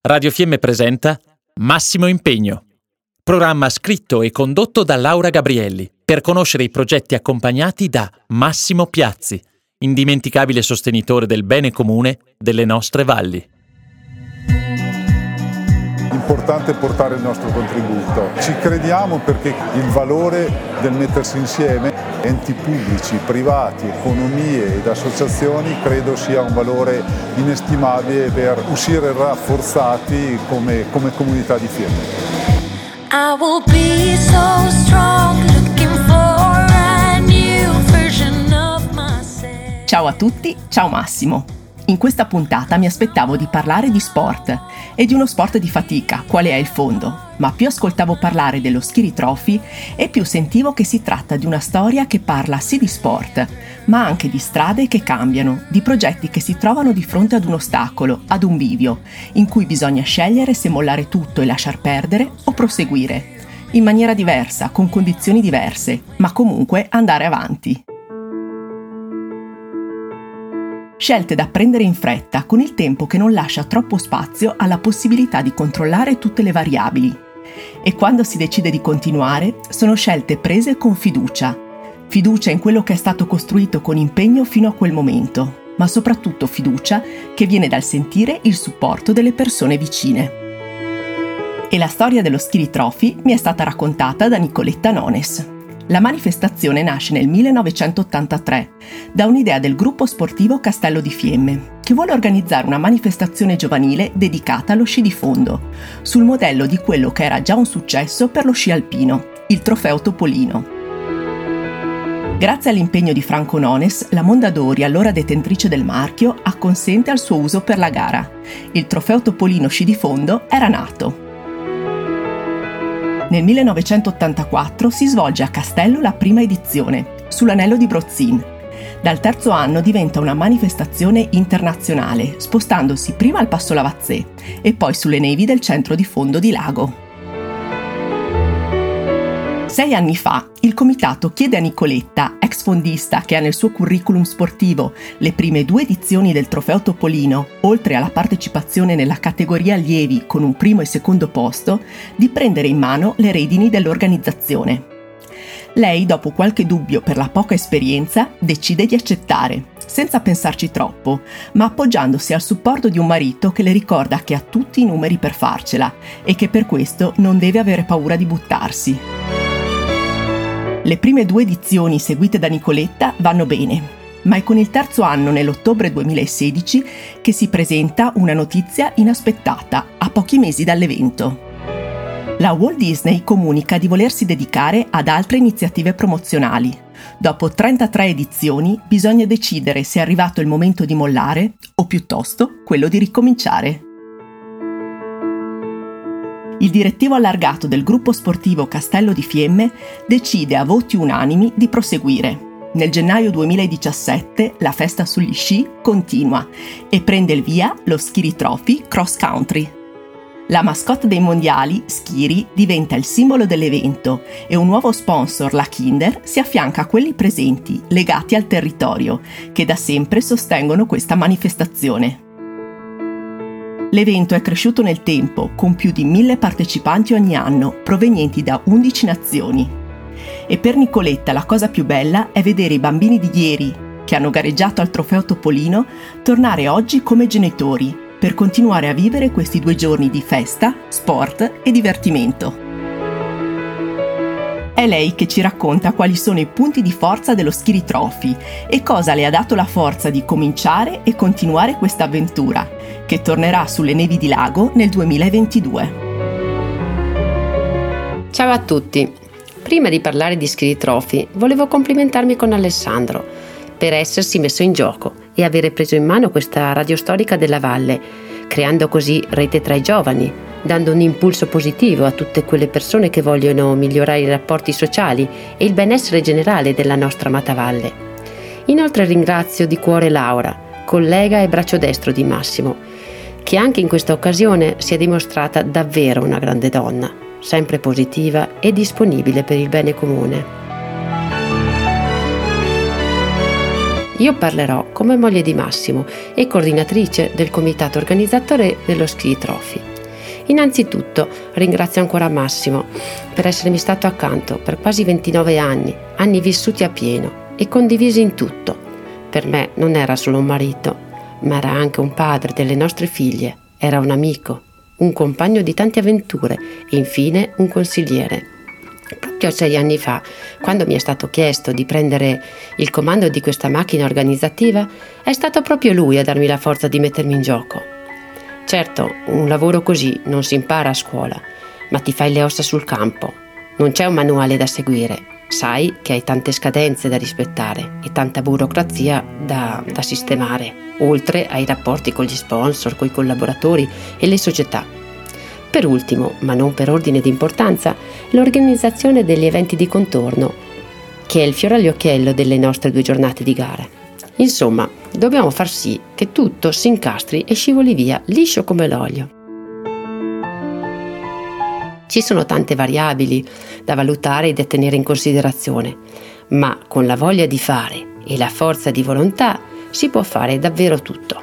Radio Fiemme presenta Massimo Impegno, programma scritto e condotto da Laura Gabrielli per conoscere i progetti accompagnati da Massimo Piazzi, indimenticabile sostenitore del bene comune delle nostre valli. Importante portare il nostro contributo. Ci crediamo perché il valore del mettersi insieme, enti pubblici, privati, economie ed associazioni, credo sia un valore inestimabile per uscire rafforzati come comunità di Fiemme. I will be so strong, looking for a new version of myself. Ciao a tutti, ciao Massimo. In questa puntata mi aspettavo di parlare di sport e di uno sport di fatica, quale è il fondo, ma più ascoltavo parlare dello Skiri Trophy e più sentivo che si tratta di una storia che parla sì di sport, ma anche di strade che cambiano, di progetti che si trovano di fronte ad un ostacolo, ad un bivio, in cui bisogna scegliere se mollare tutto e lasciar perdere o proseguire, in maniera diversa, con condizioni diverse, ma comunque andare avanti. Scelte da prendere in fretta, con il tempo che non lascia troppo spazio alla possibilità di controllare tutte le variabili. E quando si decide di continuare, sono scelte prese con fiducia. Fiducia in quello che è stato costruito con impegno fino a quel momento, ma soprattutto fiducia che viene dal sentire il supporto delle persone vicine. E la storia dello Skiri Trophy mi è stata raccontata da Nicoletta Nones. La manifestazione nasce nel 1983 da un'idea del gruppo sportivo Castello di Fiemme, che vuole organizzare una manifestazione giovanile dedicata allo sci di fondo, sul modello di quello che era già un successo per lo sci alpino, il Trofeo Topolino. Grazie all'impegno di Franco Nones, la Mondadori, allora detentrice del marchio, acconsente al suo uso per la gara. Il Trofeo Topolino sci di fondo era nato. Nel 1984 si svolge a Castello la prima edizione, sull'anello di Brozzin. Dal terzo anno diventa una manifestazione internazionale, spostandosi prima al Passo Lavazzè e poi sulle nevi del centro di fondo di Lago. 6 anni fa il comitato chiede a Nicoletta, ex fondista che ha nel suo curriculum sportivo le prime 2 edizioni del Trofeo Topolino, oltre alla partecipazione nella categoria allievi con un primo e secondo posto, di prendere in mano le redini dell'organizzazione. Lei, dopo qualche dubbio per la poca esperienza, decide di accettare, senza pensarci troppo, ma appoggiandosi al supporto di un marito che le ricorda che ha tutti i numeri per farcela e che per questo non deve avere paura di buttarsi. Le prime 2 edizioni seguite da Nicoletta vanno bene, ma è con il terzo anno, nell'ottobre 2016, che si presenta una notizia inaspettata, a pochi mesi dall'evento. La Walt Disney comunica di volersi dedicare ad altre iniziative promozionali. Dopo 33 edizioni bisogna decidere se è arrivato il momento di mollare o piuttosto quello di ricominciare. Il direttivo allargato del gruppo sportivo Castello di Fiemme decide a voti unanimi di proseguire. Nel gennaio 2017 la festa sugli sci continua e prende il via lo Skiri Trophy Cross Country. La mascotte dei mondiali, Skiri, diventa il simbolo dell'evento e un nuovo sponsor, la Kinder, si affianca a quelli presenti, legati al territorio, che da sempre sostengono questa manifestazione. L'evento è cresciuto nel tempo, con più di 1000 partecipanti ogni anno, provenienti da 11 nazioni. E per Nicoletta la cosa più bella è vedere i bambini di ieri, che hanno gareggiato al Trofeo Topolino, tornare oggi come genitori, per continuare a vivere questi 2 giorni di festa, sport e divertimento. È lei che ci racconta quali sono i punti di forza dello Skiri Trophy e cosa le ha dato la forza di cominciare e continuare questa avventura, che tornerà sulle nevi di Lago nel 2022. Ciao a tutti! Prima di parlare di Skiri Trophy, volevo complimentarmi con Alessandro per essersi messo in gioco e avere preso in mano questa radio storica della valle, creando così rete tra i giovani, dando un impulso positivo a tutte quelle persone che vogliono migliorare i rapporti sociali e il benessere generale della nostra amata valle. Inoltre ringrazio di cuore Laura, collega e braccio destro di Massimo, che anche in questa occasione si è dimostrata davvero una grande donna, sempre positiva e disponibile per il bene comune. Io parlerò come moglie di Massimo e coordinatrice del comitato organizzatore dello Skiri Trophy Innanzitutto ringrazio ancora Massimo per essermi stato accanto per quasi 29 anni vissuti a pieno e condivisi in tutto. Per me non era solo un marito, ma era anche un padre delle nostre figlie, era un amico, un compagno di tante avventure e infine un consigliere. Proprio 6 anni fa, quando mi è stato chiesto di prendere il comando di questa macchina organizzativa, è stato proprio lui a darmi la forza di mettermi in gioco. Certo, un lavoro così non si impara a scuola, ma ti fai le ossa sul campo. Non c'è un manuale da seguire, sai che hai tante scadenze da rispettare e tanta burocrazia da sistemare, oltre ai rapporti con gli sponsor, coi collaboratori e le società. Per ultimo, ma non per ordine di importanza, l'organizzazione degli eventi di contorno, che è il fiore all'occhiello delle nostre 2 giornate di gare. Insomma, dobbiamo far sì che tutto si incastri e scivoli via liscio come l'olio. Ci sono tante variabili da valutare e da tenere in considerazione, ma con la voglia di fare e la forza di volontà si può fare davvero tutto.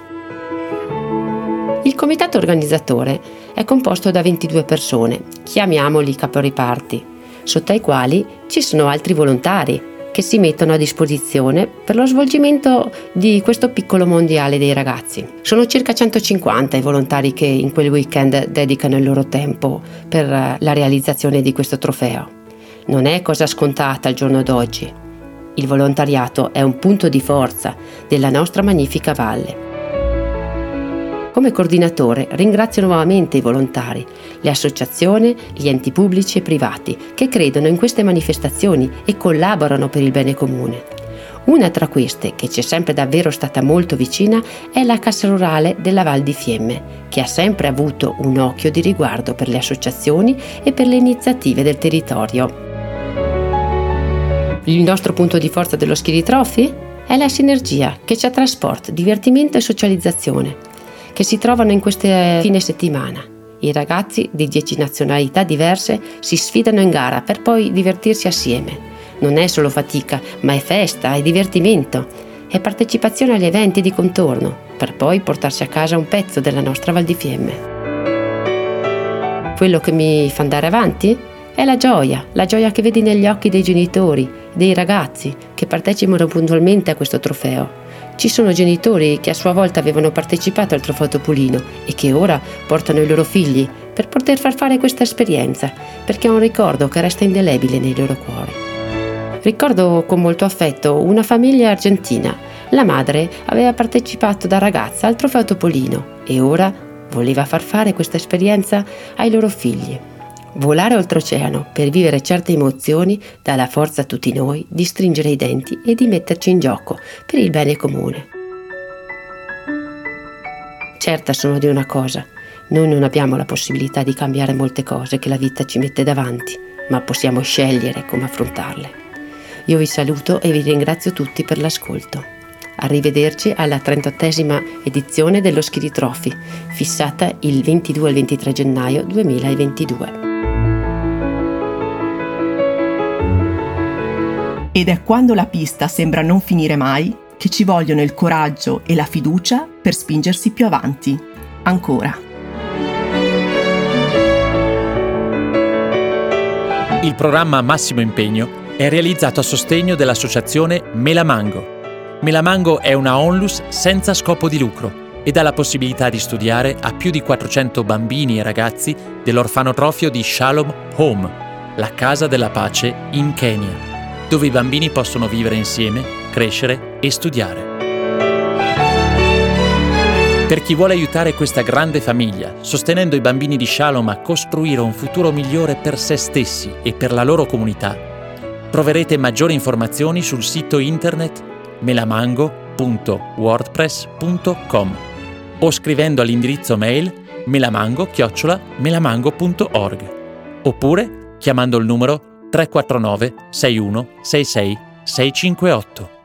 Il comitato organizzatore è composto da 22 persone, chiamiamoli caporeparti, sotto ai quali ci sono altri volontari che si mettono a disposizione per lo svolgimento di questo piccolo mondiale dei ragazzi. Sono circa 150 i volontari che in quel weekend dedicano il loro tempo per la realizzazione di questo trofeo. Non è cosa scontata al giorno d'oggi. Il volontariato è un punto di forza della nostra magnifica valle. Come coordinatore ringrazio nuovamente i volontari, le associazioni, gli enti pubblici e privati che credono in queste manifestazioni e collaborano per il bene comune. Una tra queste, che ci è sempre davvero stata molto vicina, è la Cassa Rurale della Val di Fiemme, che ha sempre avuto un occhio di riguardo per le associazioni e per le iniziative del territorio. Il nostro punto di forza dello Skiri Trophy è la sinergia che c'è tra sport, divertimento e socializzazione, che si trovano in queste fine settimana. I ragazzi di 10 nazionalità diverse si sfidano in gara per poi divertirsi assieme. Non è solo fatica, ma è festa, è divertimento, è partecipazione agli eventi di contorno, per poi portarsi a casa un pezzo della nostra Val di Fiemme. Quello che mi fa andare avanti è la gioia che vedi negli occhi dei genitori, dei ragazzi che partecipano puntualmente a questo trofeo. Ci sono genitori che a sua volta avevano partecipato al Trofeo Topolino e che ora portano i loro figli per poter far fare questa esperienza, perché è un ricordo che resta indelebile nei loro cuori. Ricordo con molto affetto una famiglia argentina. La madre aveva partecipato da ragazza al Trofeo Topolino e ora voleva far fare questa esperienza ai loro figli. Volare oltreoceano per vivere certe emozioni dà la forza a tutti noi di stringere i denti e di metterci in gioco per il bene comune. Certa sono di una cosa, noi non abbiamo la possibilità di cambiare molte cose che la vita ci mette davanti, ma possiamo scegliere come affrontarle. Io vi saluto e vi ringrazio tutti per l'ascolto. Arrivederci alla 38esima edizione dello Skiri Trophy, fissata il 22 e il 23 gennaio 2022. Ed è quando la pista sembra non finire mai che ci vogliono il coraggio e la fiducia per spingersi più avanti. Ancora. Il programma Massimo Impegno è realizzato a sostegno dell'associazione Melamango. Melamango è una onlus senza scopo di lucro e dà la possibilità di studiare a più di 400 bambini e ragazzi dell'orfanotrofio di Shalom Home, la casa della pace in Kenya, dove i bambini possono vivere insieme, crescere e studiare. Per chi vuole aiutare questa grande famiglia, sostenendo i bambini di Shalom a costruire un futuro migliore per se stessi e per la loro comunità, troverete maggiori informazioni sul sito internet melamango.wordpress.com o scrivendo all'indirizzo mail melamango@melamango.org oppure chiamando il numero 349 61 66 658.